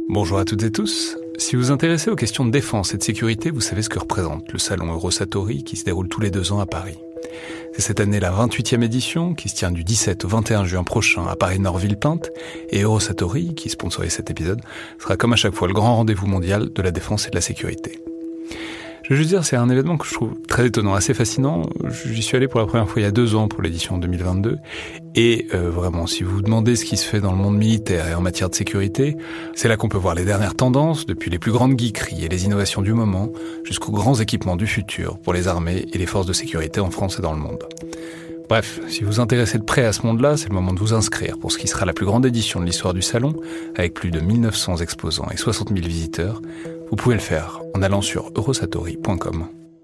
Bonjour à toutes et tous. Si vous vous intéressez aux questions de défense et de sécurité, vous savez ce que représente le salon Eurosatory qui se déroule tous les 2 ans à Paris. C'est cette année la 28e édition qui se tient du 17 au 21 juin prochain à Paris-Nord-Villepinte, et Eurosatory, qui sponsorise cet épisode, sera comme à chaque fois le grand rendez-vous mondial de la défense et de la sécurité. Je veux juste dire, c'est un événement que je trouve très étonnant, assez fascinant. J'y suis allé pour la première fois il y a 2 ans pour l'édition 2022. Et vraiment, si vous vous demandez ce qui se fait dans le monde militaire et en matière de sécurité, c'est là qu'on peut voir les dernières tendances, depuis les plus grandes geekeries et les innovations du moment, jusqu'aux grands équipements du futur pour les armées et les forces de sécurité en France et dans le monde. Bref, si vous vous intéressez de près à ce monde-là, c'est le moment de vous inscrire pour ce qui sera la plus grande édition de l'histoire du salon, avec plus de 1900 exposants et 60 000 visiteurs. Vous pouvez le faire en allant sur eurosatory.com.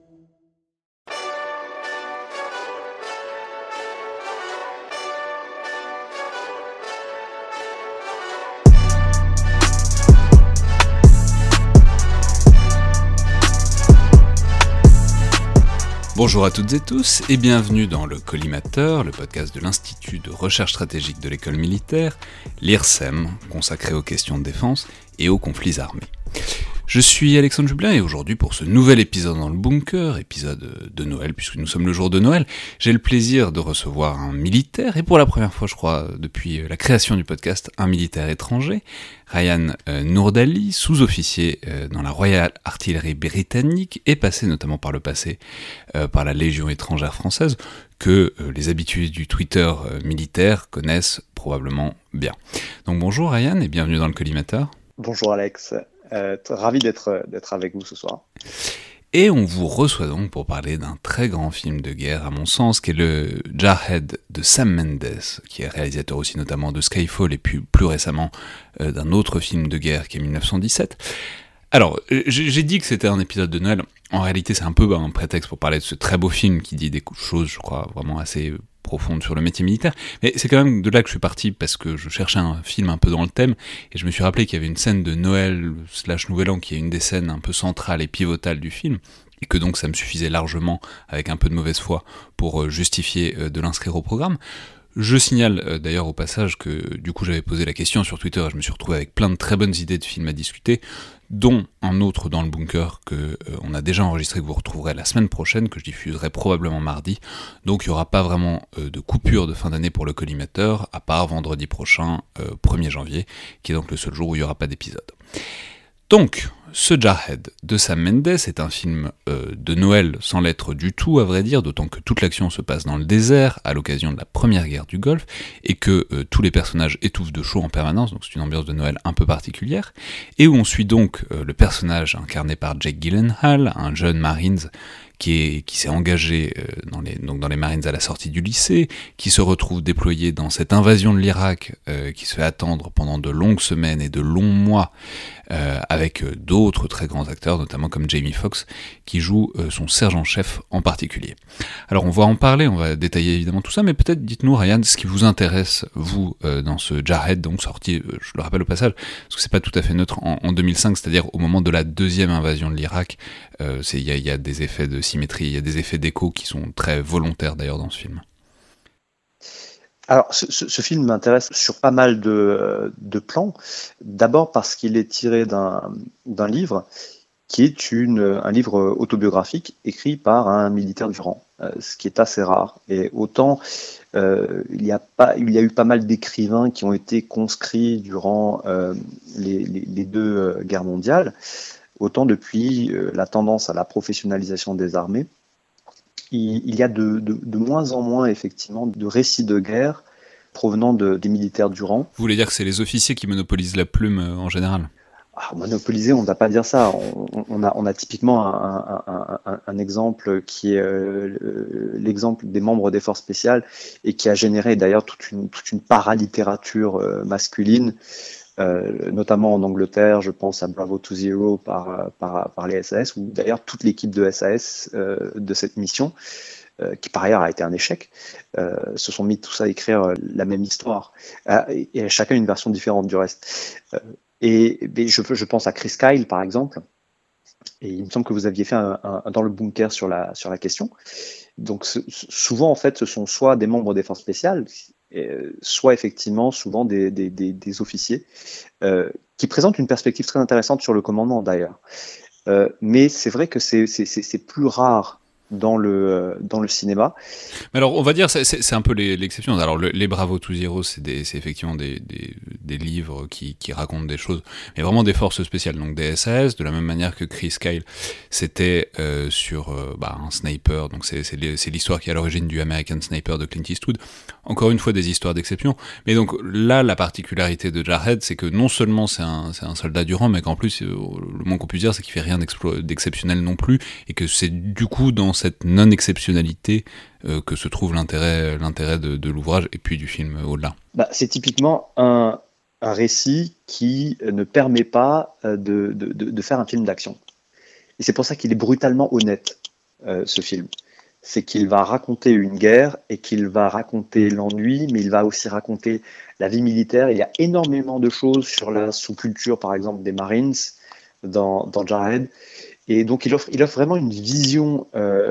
Bonjour à toutes et tous et bienvenue dans le Collimateur, le podcast de l'Institut de recherche stratégique de l'école militaire, l'IRSEM, consacré aux questions de défense et aux conflits armés. Je suis Alexandre Jublin et aujourd'hui pour ce nouvel épisode dans le bunker, épisode de Noël puisque nous sommes le jour de Noël, j'ai le plaisir de recevoir un militaire et pour la première fois je crois depuis la création du podcast, un militaire étranger, Ryan Nourdali, sous-officier dans la Royal Artillery britannique et passé notamment par le passé par la Légion étrangère française que les habitués du Twitter militaire connaissent probablement bien. Donc bonjour Ryan et bienvenue dans le Collimateur. Bonjour Alex. Ravi d'être avec vous ce soir. Et on vous reçoit donc pour parler d'un très grand film de guerre, à mon sens, qui est le Jarhead de Sam Mendes, qui est réalisateur aussi notamment de Skyfall et puis plus récemment d'un autre film de guerre qui est 1917. Alors, j'ai dit que c'était un épisode de Noël. En réalité, c'est un peu un prétexte pour parler de ce très beau film qui dit des choses, je crois, vraiment assez profonde sur le métier militaire, mais c'est quand même de là que je suis parti parce que je cherchais un film un peu dans le thème et je me suis rappelé qu'il y avait une scène de Noël / Nouvel An qui est une des scènes un peu centrales et pivotales du film et que donc ça me suffisait largement avec un peu de mauvaise foi pour justifier de l'inscrire au programme. Je signale d'ailleurs au passage que du coup j'avais posé la question sur Twitter et je me suis retrouvé avec plein de très bonnes idées de films à discuter, dont un autre dans le bunker que on a déjà enregistré, que vous retrouverez la semaine prochaine, que je diffuserai probablement mardi. Donc il n'y aura pas vraiment de coupure de fin d'année pour le collimateur, à part vendredi prochain, 1er janvier, qui est donc le seul jour où il n'y aura pas d'épisode. Donc, ce Jarhead de Sam Mendes est un film de Noël sans l'être du tout, à vrai dire, d'autant que toute l'action se passe dans le désert, à l'occasion de la première guerre du Golfe, et que tous les personnages étouffent de chaud en permanence, donc c'est une ambiance de Noël un peu particulière, et où on suit donc le personnage incarné par Jake Gyllenhaal, un jeune Marines, qui s'est engagé dans les Marines à la sortie du lycée, qui se retrouve déployé dans cette invasion de l'Irak qui se fait attendre pendant de longues semaines et de longs mois, avec d'autres très grands acteurs, notamment comme Jamie Foxx, qui joue son sergent-chef en particulier. Alors on va en parler, on va détailler évidemment tout ça, mais peut-être dites-nous Ryan, ce qui vous intéresse, vous, dans ce Jarhead, donc sorti, je le rappelle au passage, parce que c'est pas tout à fait neutre, en 2005, c'est-à-dire au moment de la deuxième invasion de l'Irak, il y a des effets de symétrie, il y a des effets d'écho qui sont très volontaires d'ailleurs dans ce film. Alors, ce film m'intéresse sur pas mal de plans. D'abord parce qu'il est tiré d'un livre qui est un livre autobiographique écrit par un militaire du rang, ce qui est assez rare. Et autant il y a eu pas mal d'écrivains qui ont été conscrits durant les 2 guerres mondiales, autant depuis la tendance à la professionnalisation des armées, il y a de moins en moins effectivement de récits de guerre provenant des militaires du rang. Vous voulez dire que c'est les officiers qui monopolisent la plume en général ? Monopoliser, on ne va pas dire ça. On a typiquement un exemple qui est l'exemple des membres des forces spéciales et qui a généré d'ailleurs toute une paralittérature masculine, notamment en Angleterre. Je pense à Bravo to Zero par les SAS, ou d'ailleurs toute l'équipe de SAS de cette mission, qui par ailleurs a été un échec, se sont mis tous à écrire la même histoire, et chacun une version différente du reste. Et je pense à Chris Kyle par exemple, et il me semble que vous aviez fait dans le bunker sur la question. Donc souvent en fait ce sont soit des membres des forces spéciales, soit effectivement souvent des officiers qui présente une perspective très intéressante sur le commandement d'ailleurs. Mais c'est vrai que c'est plus rare dans le cinéma. Mais alors, on va dire, c'est un peu l'exception. Alors, les Bravo to Zero, c'est effectivement des livres qui racontent des choses, mais vraiment des forces spéciales, donc des SAS, de la même manière que Chris Kyle, c'était sur un sniper, donc c'est l'histoire qui est à l'origine du American Sniper de Clint Eastwood. Encore une fois, des histoires d'exception. Mais donc là, la particularité de Jarhead, c'est que non seulement c'est un soldat du rang, mais qu'en plus, le moins qu'on puisse dire, c'est qu'il fait rien d'exceptionnel non plus, et que c'est du coup dans cette non-exceptionnalité que se trouve l'intérêt de l'ouvrage et puis du film au-delà. C'est typiquement un récit qui ne permet pas de faire un film d'action. Et c'est pour ça qu'il est brutalement honnête, ce film. C'est qu'il va raconter une guerre et qu'il va raconter l'ennui, mais il va aussi raconter la vie militaire. Il y a énormément de choses sur la sous-culture, par exemple, des Marines dans Jarhead. Et donc, il offre vraiment une vision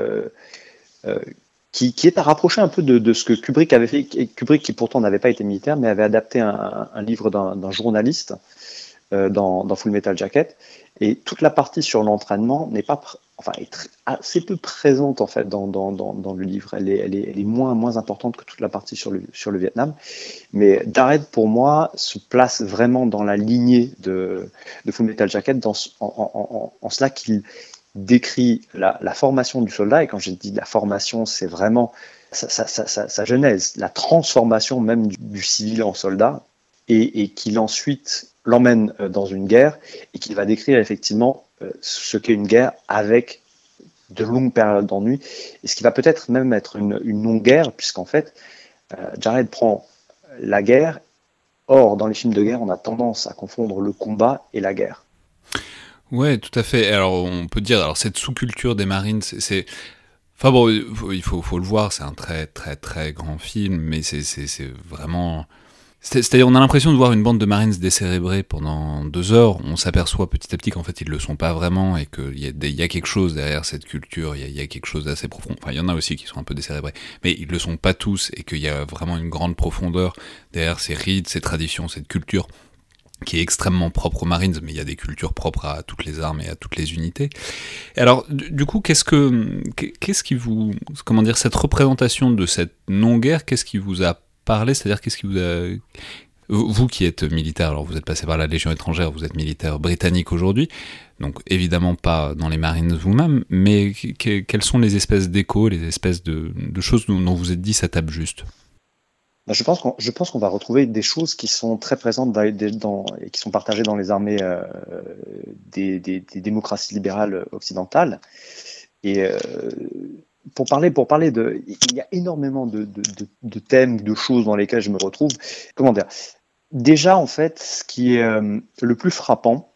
qui est à rapprocher un peu de ce que Kubrick avait fait. Kubrick, qui pourtant n'avait pas été militaire, mais avait adapté un livre d'un journaliste dans Full Metal Jacket. Et toute la partie sur l'entraînement n'est pas, est assez peu présente en fait dans le livre. Elle est moins importante que toute la partie sur le Vietnam. Mais Jarhead, pour moi, se place vraiment dans la lignée de Full Metal Jacket en cela qu'il décrit la formation du soldat. Et quand j'ai dit la formation, c'est vraiment sa genèse, la transformation même du civil en soldat, et qu'il ensuite l'emmène dans une guerre et qu'il va décrire effectivement ce qu'est une guerre avec de longues périodes d'ennui, et ce qui va peut-être même être une non-guerre, puisqu'en fait, Jarhead prend la guerre. Or, dans les films de guerre, on a tendance à confondre le combat et la guerre. Ouais, tout à fait. Alors, on peut dire, cette sous-culture des Marines, c'est... Enfin bon, il faut le voir, c'est un très très très grand film, mais c'est vraiment... C'est-à-dire, on a l'impression de voir une bande de Marines décérébrés pendant 2 heures. On s'aperçoit petit à petit qu'en fait, ils le sont pas vraiment, et qu'il y a quelque chose derrière cette culture, il y a quelque chose d'assez profond. Enfin, il y en a aussi qui sont un peu décérébrés, mais ils le sont pas tous, et qu'il y a vraiment une grande profondeur derrière ces rites, ces traditions, cette culture qui est extrêmement propre aux Marines, mais il y a des cultures propres à toutes les armes et à toutes les unités. Et alors, du coup, qu'est-ce qui vous... Comment dire, cette représentation de cette non-guerre, qu'est-ce qui vous a parlé? C'est-à-dire, qu'est-ce qui vous a... Vous qui êtes militaire, alors vous êtes passé par la Légion étrangère, vous êtes militaire britannique aujourd'hui, donc évidemment pas dans les Marines vous-même, mais quelles sont les espèces d'échos, les espèces de choses dont vous êtes dit ça tape juste? Je pense qu'on va retrouver des choses qui sont très présentes et qui sont partagées dans les armées des démocraties libérales occidentales. Et pour parler il y a énormément de thèmes, de choses dans lesquelles je me retrouve. Comment dire? Déjà, en fait, ce qui est le plus frappant,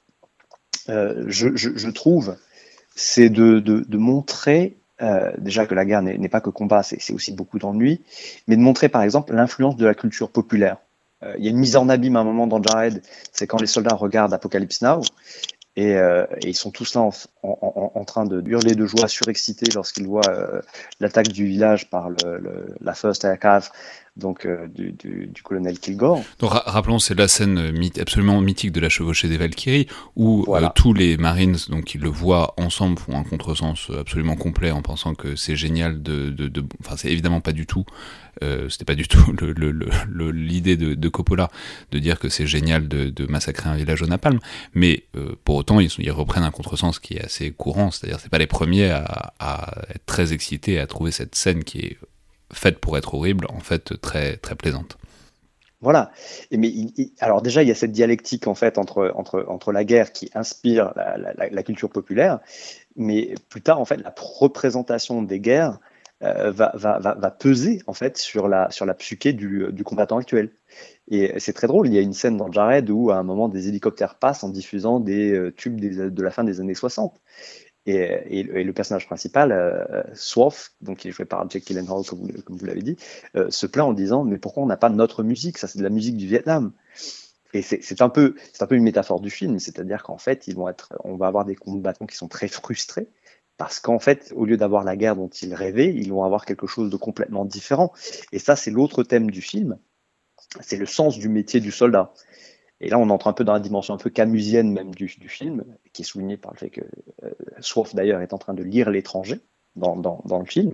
je trouve, c'est de montrer déjà que la guerre n'est pas que combat, c'est aussi beaucoup d'ennui, mais de montrer par exemple l'influence de la culture populaire. Il y a une mise en abîme à un moment dans Jarhead, c'est quand les soldats regardent Apocalypse Now, et ils sont tous là en train de hurler de joie, surexcités lorsqu'ils voient l'attaque du village par la First Air Cav, donc du colonel Kilgore. Donc rappelons, c'est la scène absolument mythique de la chevauchée des Valkyries, où Voilà. tous les Marines, donc qui le voient ensemble, font un contresens absolument complet en pensant que c'est génial enfin, c'est évidemment pas du tout, c'était pas du tout l'idée de Coppola de dire que c'est génial de massacrer un village au napalm, mais pour autant ils reprennent un contresens qui est assez courant, c'est-à-dire c'est pas les premiers à être très excités, à trouver cette scène qui est faite pour être horrible, en fait très très plaisante. Voilà. Alors déjà, il y a cette dialectique en fait entre la guerre qui inspire la culture populaire, mais plus tard en fait la représentation des guerres va peser en fait sur la psyché du combattant actuel. Et c'est très drôle. Il y a une scène dans Jarhead où à un moment des hélicoptères passent en diffusant des tubes de la fin des années 60. Et le personnage principal, Swaff, donc qui est joué par Jake Gyllenhaal, comme vous l'avez dit, se plaint en disant mais pourquoi on n'a pas notre musique? Ça, c'est de la musique du Vietnam. Et c'est un peu une métaphore du film, c'est-à-dire qu'en fait, on va avoir des combattants qui sont très frustrés parce qu'en fait, au lieu d'avoir la guerre dont ils rêvaient, ils vont avoir quelque chose de complètement différent. Et ça, c'est l'autre thème du film, c'est le sens du métier du soldat. Et là, on entre un peu dans la dimension un peu camusienne même du film, qui est soulignée par le fait que Swaff d'ailleurs est en train de lire L'étranger dans le film.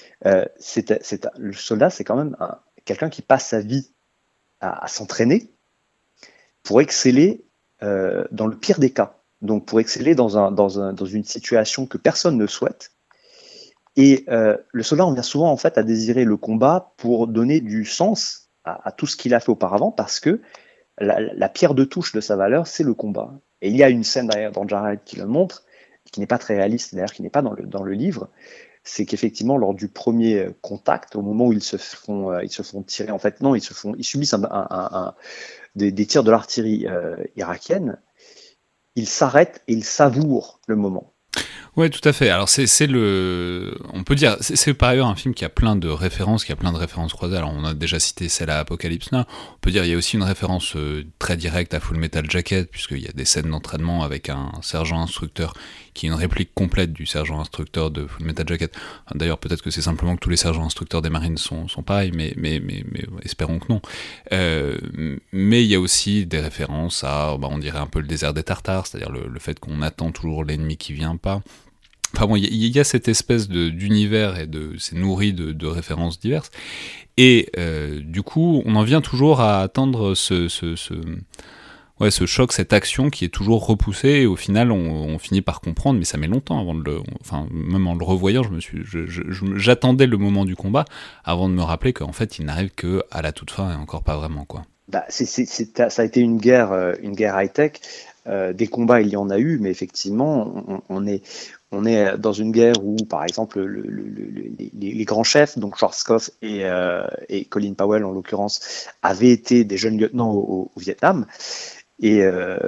Le soldat, c'est quand même quelqu'un qui passe sa vie à s'entraîner pour exceller dans le pire des cas. Donc pour exceller dans une situation que personne ne souhaite. Et le soldat, on vient souvent en fait à désirer le combat pour donner du sens à tout ce qu'il a fait auparavant, parce que la pierre de touche de sa valeur, c'est le combat. Et il y a une scène d'ailleurs dans Jarhead qui le montre, qui n'est pas très réaliste, d'ailleurs qui n'est pas dans le livre, c'est qu'effectivement lors du premier contact, au moment où ils se font tirer, en fait non, ils subissent des tirs de l'artillerie irakienne, ils s'arrêtent et ils savourent le moment. Ouais, tout à fait. Alors on peut dire, c'est par ailleurs un film qui a plein de références, croisées. Alors on a déjà cité celle à Apocalypse Now. On peut dire il y a aussi une référence très directe à Full Metal Jacket, puisqu'il y a des scènes d'entraînement avec un sergent instructeur qui est une réplique complète du sergent instructeur de Full Metal Jacket. D'ailleurs, peut-être que c'est simplement que tous les sergents instructeurs des Marines sont pareils, mais espérons que non. Mais il y a aussi des références à, on dirait un peu le désert des Tartares, c'est-à-dire le fait qu'on attend toujours l'ennemi qui vient pas. Enfin bon, il y a cette espèce d'univers et c'est nourri de références diverses. Et du coup, on en vient toujours à attendre ce choc, cette action qui est toujours repoussée, et au final, on finit par comprendre, mais ça met longtemps avant même en le revoyant, j'attendais le moment du combat avant de me rappeler qu'en fait, il n'arrive qu'à la toute fin et encore pas vraiment, quoi. Ça a été une guerre high-tech. Des combats, il y en a eu, mais effectivement, on est dans une guerre où, par exemple, les grands chefs, donc Schwarzkopf et Colin Powell en l'occurrence, avaient été des jeunes lieutenants au Vietnam. Et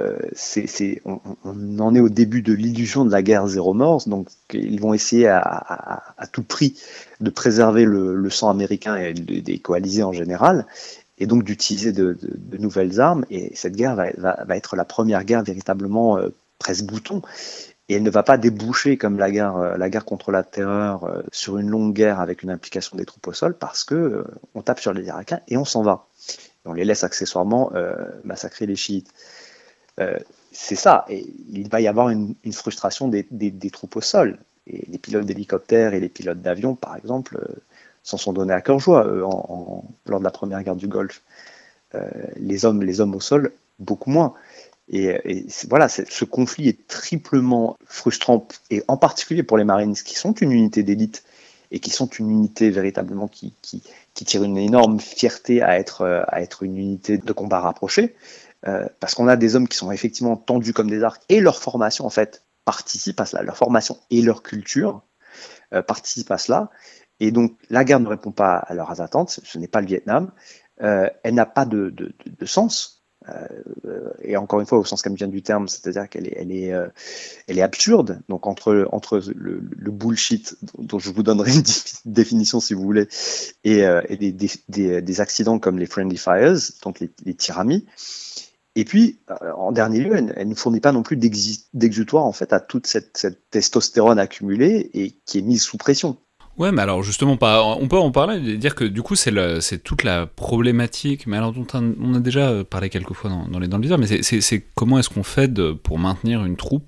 on en est au début de l'illusion de la guerre zéro mort, donc ils vont essayer à tout prix de préserver le sang américain et des coalisés en général, et donc d'utiliser de nouvelles armes. Et cette guerre va être la première guerre véritablement presse-bouton. Et elle ne va pas déboucher comme la guerre contre la terreur sur une longue guerre avec une implication des troupes au sol, parce que on tape sur les Irakiens et on s'en va. Et on les laisse accessoirement massacrer les chiites. C'est ça. Et il va y avoir une frustration des troupes au sol. Et les pilotes d'hélicoptères et les pilotes d'avion, par exemple, s'en sont donnés à cœur joie lors de la première guerre du Golfe. Les hommes au sol, beaucoup moins. Et voilà, ce conflit est triplement frustrant, et en particulier pour les Marines, qui sont une unité d'élite et qui sont une unité véritablement qui tire une énorme fierté à être une unité de combat rapprochée, parce qu'on a des hommes qui sont effectivement tendus comme des arcs, et leur formation en fait participe à cela, leur formation et leur culture participent à cela. Et donc la guerre ne répond pas à leurs attentes, ce n'est pas le Vietnam, elle n'a pas de sens. Et encore une fois au sens camusien du terme, c'est-à-dire qu'elle est absurde. Donc entre le bullshit dont je vous donnerai une définition si vous voulez, et des accidents comme les friendly fires, donc les tirs amis. Et puis en dernier lieu, elle ne fournit pas non plus d'exutoire en fait à toute cette testostérone accumulée et qui est mise sous pression. Ouais, mais alors justement, on peut en parler et dire que du coup c'est toute la problématique, mais alors dont on a déjà parlé quelques fois dans les viseurs, mais c'est comment est-ce qu'on fait pour maintenir une troupe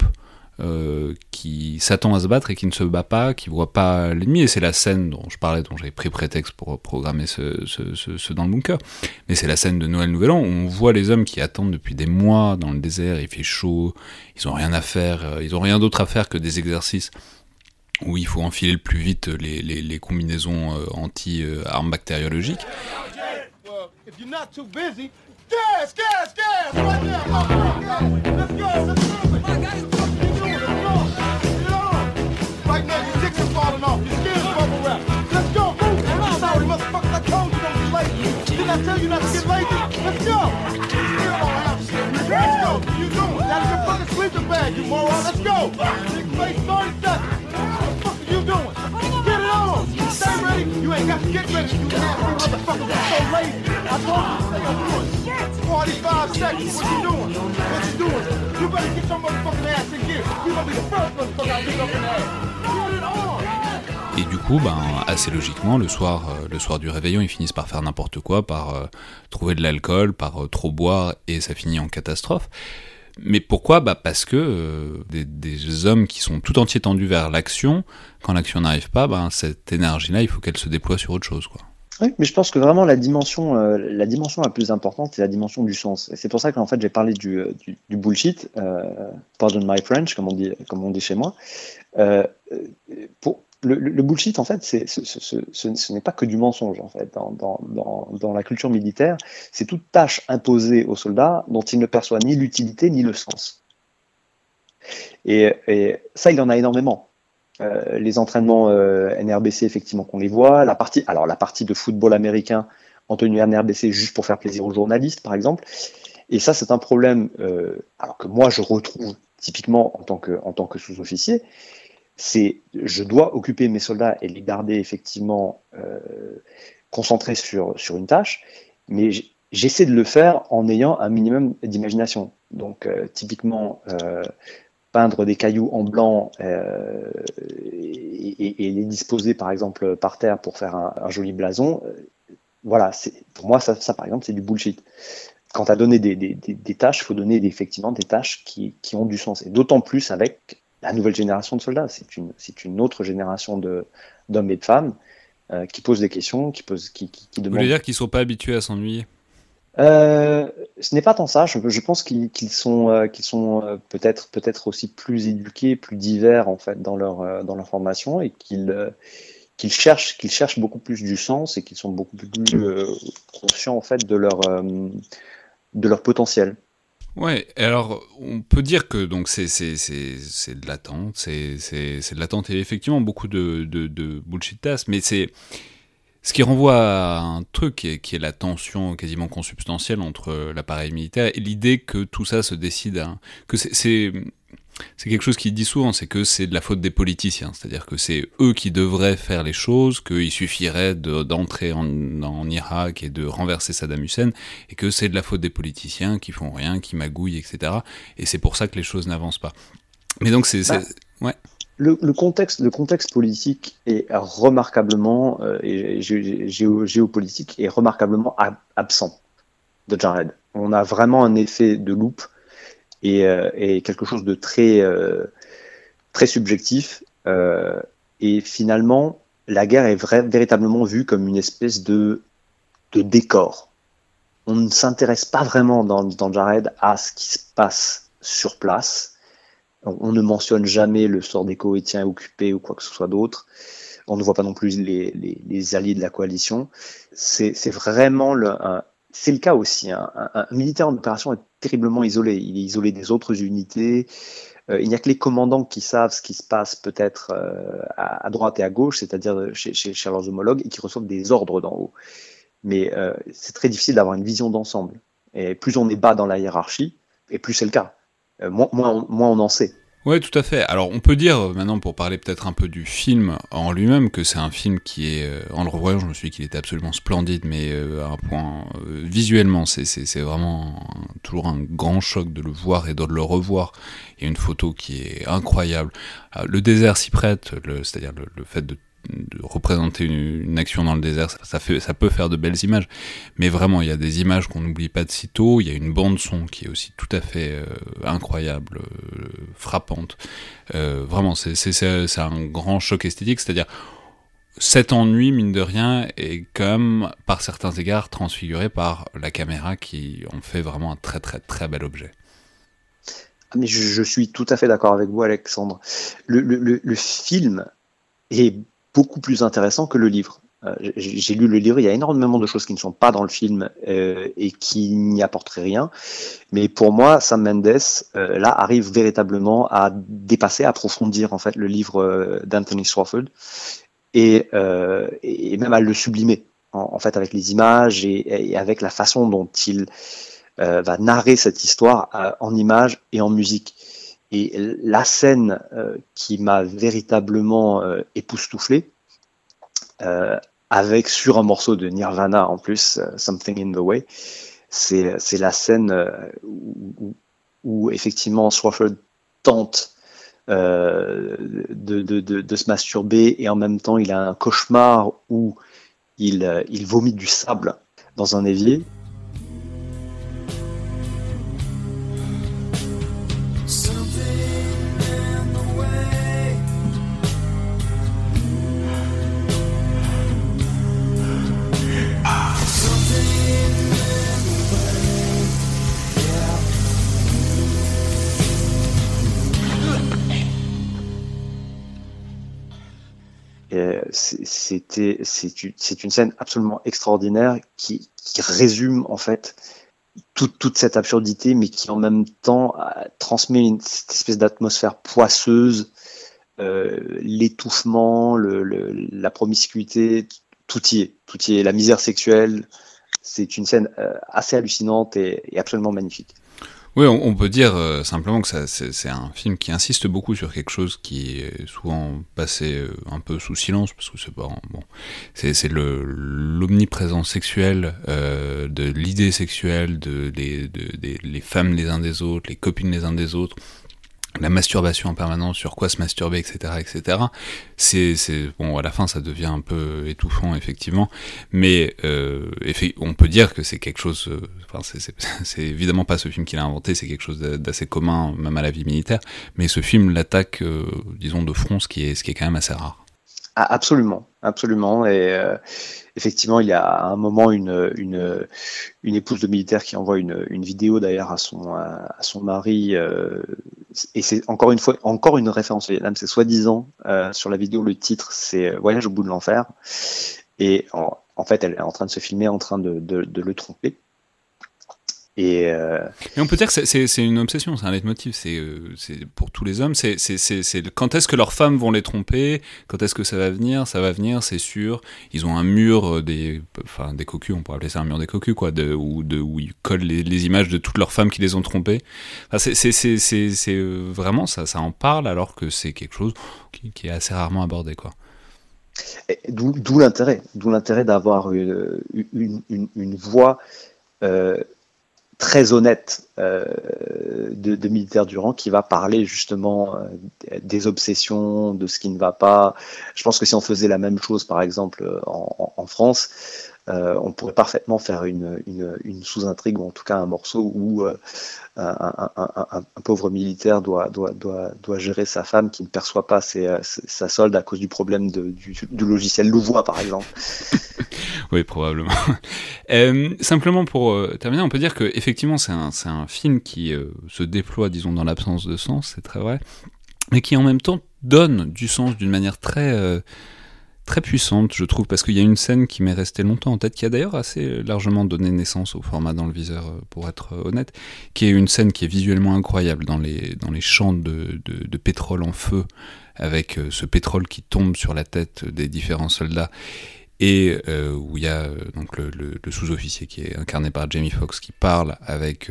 qui s'attend à se battre et qui ne se bat pas, qui voit pas l'ennemi. Et c'est la scène dont je parlais, dont j'avais pris prétexte pour programmer ce dans le bunker. Mais c'est la scène de Noël Nouvel An où on voit les hommes qui attendent depuis des mois dans le désert, il fait chaud, ils ont rien à faire, ils ont rien d'autre à faire que des exercices où il faut enfiler le plus vite les combinaisons anti-armes bactériologiques. You ain't got to get ready, you nasty motherfucker, you're so lazy. I told you to stay on point. 45 seconds, what you doing? You better get your motherfucking ass in gear. You gonna be the first motherfucker I pick up in the ass. Get it on! Et du coup, assez logiquement, le soir du réveillon, ils finissent par faire n'importe quoi, par trouver de l'alcool, par trop boire, et ça finit en catastrophe. Mais pourquoi ? Parce que des hommes qui sont tout entiers tendus vers l'action, quand l'action n'arrive pas, cette énergie-là, il faut qu'elle se déploie sur autre chose, quoi. Oui, mais je pense que vraiment la dimension la plus importante, c'est la dimension du sens. Et c'est pour ça qu'en fait j'ai parlé du bullshit, pardon my French, comme on dit chez moi. Pour le bullshit, en fait, ce n'est pas que du mensonge, en fait. Dans la culture militaire, c'est toute tâche imposée aux soldats dont il ne perçoit ni l'utilité ni le sens. Et ça, il y en a énormément. Les entraînements NRBC, effectivement, qu'on les voit. La partie de football américain en tenue NRBC juste pour faire plaisir aux journalistes, par exemple. Et ça, c'est un problème alors que moi, je retrouve typiquement en tant que sous-officier. Je dois occuper mes soldats et les garder effectivement concentrés sur une tâche, mais j'essaie de le faire en ayant un minimum d'imagination. Donc, typiquement, peindre des cailloux en blanc et les disposer par exemple par terre pour faire un joli blason, voilà, pour moi ça par exemple c'est du bullshit. Quand tu as donné des tâches, il faut donner effectivement des tâches qui ont du sens, et d'autant plus avec la nouvelle génération de soldats. C'est une autre génération d'hommes et de femmes qui posent des questions, qui demandent. Vous voulez dire qu'ils ne sont pas habitués à s'ennuyer ? Ce n'est pas tant ça. Je pense qu'ils sont peut-être aussi plus éduqués, plus divers en fait dans leur formation, et qu'ils cherchent beaucoup plus du sens, et qu'ils sont beaucoup plus conscients en fait de leur potentiel. Ouais, alors on peut dire que donc c'est de l'attente, c'est de l'attente, et effectivement beaucoup de bullshit-tasse, mais c'est ce qui renvoie à un truc qui est la tension quasiment consubstantielle entre l'appareil militaire et l'idée que tout ça se décide que c'est quelque chose qui dit souvent, c'est que c'est de la faute des politiciens, c'est-à-dire que c'est eux qui devraient faire les choses, qu'il suffirait d'entrer en Irak et de renverser Saddam Hussein, et que c'est de la faute des politiciens qui font rien, qui magouillent, etc. Et c'est pour ça que les choses n'avancent pas. Mais donc ouais. Le contexte politique est remarquablement et géopolitique est remarquablement absent de Jarhead. On a vraiment un effet de loupe et quelque chose de très très subjectif. Et finalement, la guerre est véritablement vue comme une espèce de décor. On ne s'intéresse pas vraiment dans Jarhead à ce qui se passe sur place. On ne mentionne jamais le sort des Koweïtiens occupés ou quoi que ce soit d'autre. On ne voit pas non plus les alliés de la coalition. C'est vraiment c'est le cas aussi. Un militaire en opération est terriblement isolé. Il est isolé des autres unités. Il n'y a que les commandants qui savent ce qui se passe peut-être à droite et à gauche, c'est-à-dire chez leurs homologues, et qui reçoivent des ordres d'en haut. Mais c'est très difficile d'avoir une vision d'ensemble. Et plus on est bas dans la hiérarchie, et plus c'est le cas. Moins on en sait. Ouais, tout à fait. Alors, on peut dire, maintenant, pour parler peut-être un peu du film en lui-même, que c'est un film qui est, en le revoyant, je me suis dit qu'il était absolument splendide, mais à un point, visuellement, c'est vraiment toujours un grand choc de le voir et de le revoir. Il y a une photo qui est incroyable. Le désert s'y prête, c'est-à-dire le fait de représenter une action dans le désert, ça peut faire de belles images, mais vraiment il y a des images qu'on n'oublie pas de sitôt. Il y a une bande son qui est aussi tout à fait incroyable, frappante. Vraiment c'est un grand choc esthétique, c'est-à-dire cet ennui, mine de rien, est quand même par certains égards transfiguré par la caméra qui en fait vraiment un très très très bel objet. Mais je suis tout à fait d'accord avec vous, Alexandre. Le film est beaucoup plus intéressant que le livre. J'ai lu le livre, il y a énormément de choses qui ne sont pas dans le film et qui n'y apporteraient rien. Mais pour moi, Sam Mendes, là, arrive véritablement à dépasser, à approfondir en fait le livre d'Anthony Swofford et même à le sublimer en fait avec les images et avec la façon dont il va narrer cette histoire en images et en musique. Et la scène qui m'a véritablement époustouflé, avec sur un morceau de Nirvana en plus, Something in the Way, c'est la scène où effectivement Swofford tente de se masturber, et en même temps il a un cauchemar où il vomit du sable dans un évier. C'est une scène absolument extraordinaire qui résume en fait toute cette absurdité, mais qui en même temps transmet cette espèce d'atmosphère poisseuse, l'étouffement, la promiscuité, tout y est, la misère sexuelle. C'est une scène assez hallucinante et absolument magnifique. Oui, on peut dire simplement que c'est un film qui insiste beaucoup sur quelque chose qui est souvent passé un peu sous silence, parce que c'est pas bon. C'est l'omniprésence sexuelle de l'idée sexuelle les femmes les uns des autres, les copines les uns des autres. La masturbation en permanence, sur quoi se masturber, etc., etc. C'est bon, à la fin, ça devient un peu étouffant, effectivement, mais on peut dire que c'est quelque chose. C'est évidemment pas ce film qu'il a inventé, c'est quelque chose d'assez commun, même à la vie militaire. Mais ce film l'attaque, disons, de front, ce qui est quand même assez rare. Ah, absolument. Et effectivement, il y a à un moment une épouse de militaire qui envoie une vidéo d'ailleurs à son mari, et c'est encore une référence au Vietnam. C'est soi-disant sur la vidéo, le titre c'est Voyage au bout de l'enfer, et en fait elle est en train de se filmer en train de le tromper. Et on peut dire que c'est une obsession, c'est un leitmotiv, c'est pour tous les hommes, c'est quand est-ce que leurs femmes vont les tromper, quand est-ce que ça va venir, c'est sûr. Ils ont un mur des cocus, on pourrait appeler ça un mur des cocus, quoi, où ils collent les images de toutes leurs femmes qui les ont trompées. Enfin, c'est vraiment ça en parle, alors que c'est quelque chose qui est assez rarement abordé, quoi. D'où l'intérêt d'avoir une voix très honnête de militaire du rang, qui va parler justement des obsessions, de ce qui ne va pas. Je pense que si on faisait la même chose, par exemple, en France, on pourrait parfaitement faire une sous-intrigue, ou en tout cas un morceau où un pauvre militaire doit gérer sa femme qui ne perçoit pas sa solde à cause du problème du logiciel Louvois, par exemple. Oui, probablement. Simplement pour terminer, on peut dire que effectivement c'est un film qui se déploie, disons, dans l'absence de sens, c'est très vrai, mais qui en même temps donne du sens d'une manière très puissante, je trouve, parce qu'il y a une scène qui m'est restée longtemps en tête, qui a d'ailleurs assez largement donné naissance au format dans le viseur, pour être honnête, qui est une scène qui est visuellement incroyable dans les champs de pétrole en feu, avec ce pétrole qui tombe sur la tête des différents soldats, et où il y a donc le sous-officier qui est incarné par Jamie Foxx, qui parle avec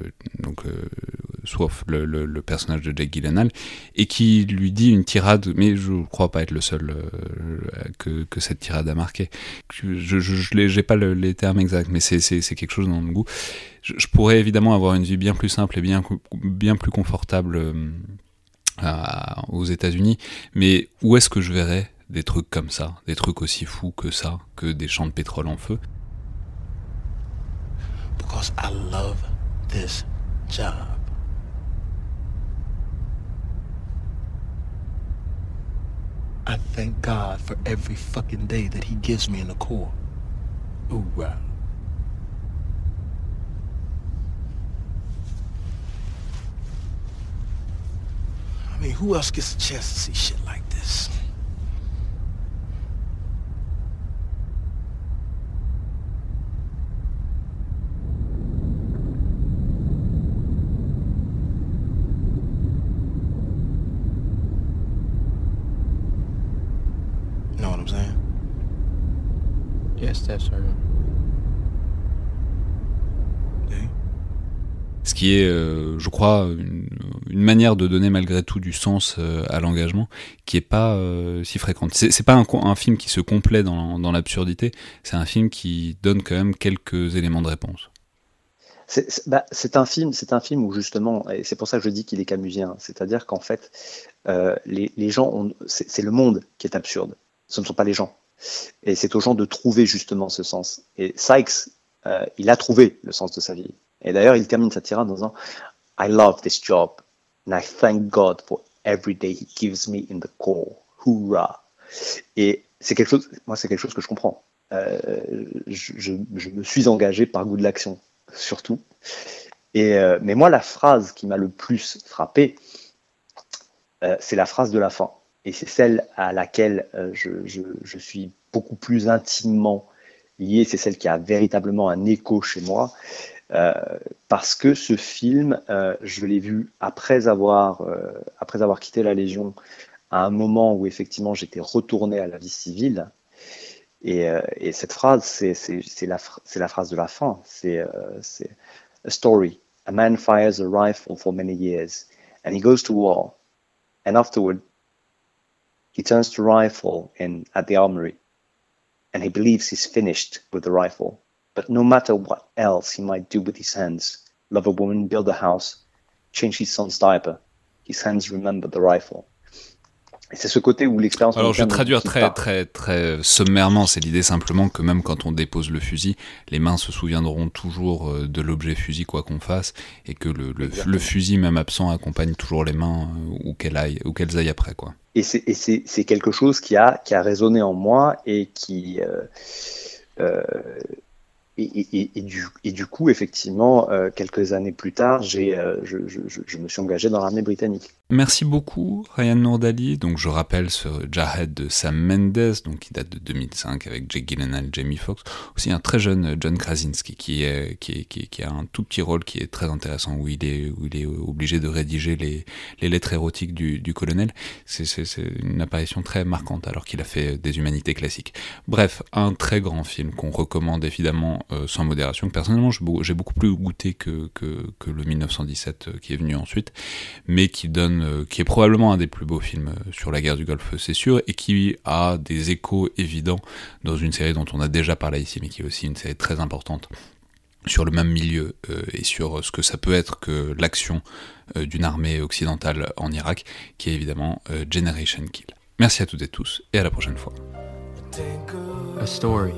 Swaff, le personnage de Jake Gyllenhaal, et qui lui dit une tirade, mais je ne crois pas être le seul que cette tirade a marqué. J'ai pas les termes exacts, mais c'est quelque chose dans le goût. Je pourrais évidemment avoir une vie bien plus simple et bien plus confortable aux États-Unis, mais où est-ce que je verrais des trucs comme ça, des trucs aussi fous que ça, que des champs de pétrole en feu? Because I love this job. I thank God for every fucking day that he gives me in the Corps. Hoorah. I mean, who else gets a chance to see shit like this? Know what I'm saying? Yes, that's right. Ce qui est, je crois, une manière de donner malgré tout du sens à l'engagement, qui est pas si fréquente. C'est pas un film qui se complaît dans l'absurdité, c'est un film qui donne quand même quelques éléments de réponse. C'est un film où justement, et c'est pour ça que je dis qu'il est camusien, c'est-à-dire qu'en fait, les gens, c'est le monde qui est absurde, ce ne sont pas les gens. Et c'est aux gens de trouver justement ce sens. Et Sykes, il a trouvé le sens de sa vie. Et d'ailleurs, il termine sa tirade en disant I love this job, and I thank God for every day he gives me in the Corps. Hoorah! Et c'est quelque chose que je comprends. Je me suis engagé par goût de l'action, surtout. Mais moi, la phrase qui m'a le plus frappé, c'est la phrase de la fin. Et c'est celle à laquelle je suis beaucoup plus intimement lié. C'est celle qui a véritablement un écho chez moi. Parce que ce film, je l'ai vu après avoir quitté la Légion, à un moment où effectivement j'étais retourné à la vie civile. Et cette phrase, c'est la phrase de la fin. C'est a story. A man fires a rifle for many years, and he goes to war. And afterward, he turns the rifle in at the armory, and he believes he's finished with the rifle. But no matter what else he might do with his hands, love a woman, build a house, change his son's diaper, his hands remember the rifle. Et c'est ce côté où l'expérience... Alors je vais traduire très sommairement, c'est l'idée simplement que même quand on dépose le fusil, les mains se souviendront toujours de l'objet fusil quoi qu'on fasse, et que le fusil même absent accompagne toujours les mains où qu'elles aillent après, quoi. Et c'est quelque chose qui a résonné en moi et qui... Et du coup, effectivement, quelques années plus tard, je me suis engagé dans l'armée britannique. Merci beaucoup, Ryan Nourdali. Donc, je rappelle ce Jarhead de Sam Mendes, donc qui date de 2005 avec Jake Gyllenhaal, Jamie Foxx. Aussi un très jeune John Krasinski qui a un tout petit rôle qui est très intéressant, où il est obligé de rédiger les lettres érotiques du colonel. C'est une apparition très marquante alors qu'il a fait des humanités classiques. Bref, un très grand film qu'on recommande évidemment sans modération. Personnellement, j'ai beaucoup plus goûté que le 1917 qui est venu ensuite, mais qui est probablement un des plus beaux films sur la guerre du Golfe, c'est sûr, et qui a des échos évidents dans une série dont on a déjà parlé ici, mais qui est aussi une série très importante sur le même milieu et sur ce que ça peut être que l'action d'une armée occidentale en Irak, qui est évidemment Generation Kill. Merci à toutes et tous, et à la prochaine fois. A story.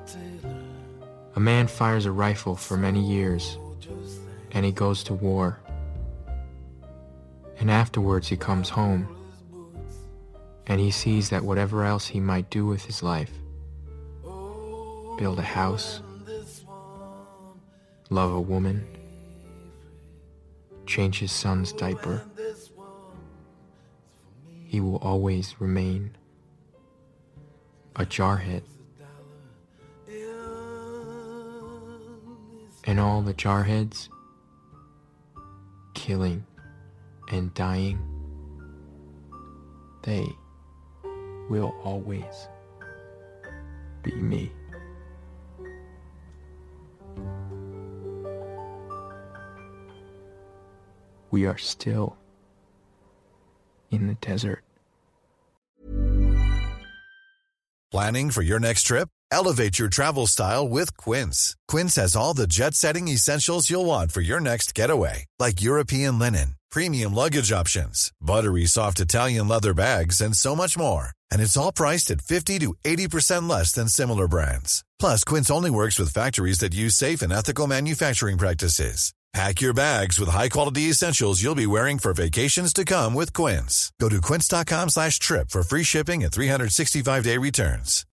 A man fires a rifle for many years, and he goes to war. And afterwards he comes home, and he sees that whatever else he might do with his life, build a house, love a woman, change his son's diaper, he will always remain a jarhead. And all the jarheads, killing and dying, they will always be me. We are still in the desert. Planning for your next trip? Elevate your travel style with Quince. Quince has all the jet-setting essentials you'll want for your next getaway, like European linen, premium luggage options, buttery soft Italian leather bags, and so much more. And it's all priced at 50 to 80% less than similar brands. Plus, Quince only works with factories that use safe and ethical manufacturing practices. Pack your bags with high-quality essentials you'll be wearing for vacations to come with Quince. Go to quince.com/trip for free shipping and 365-day returns.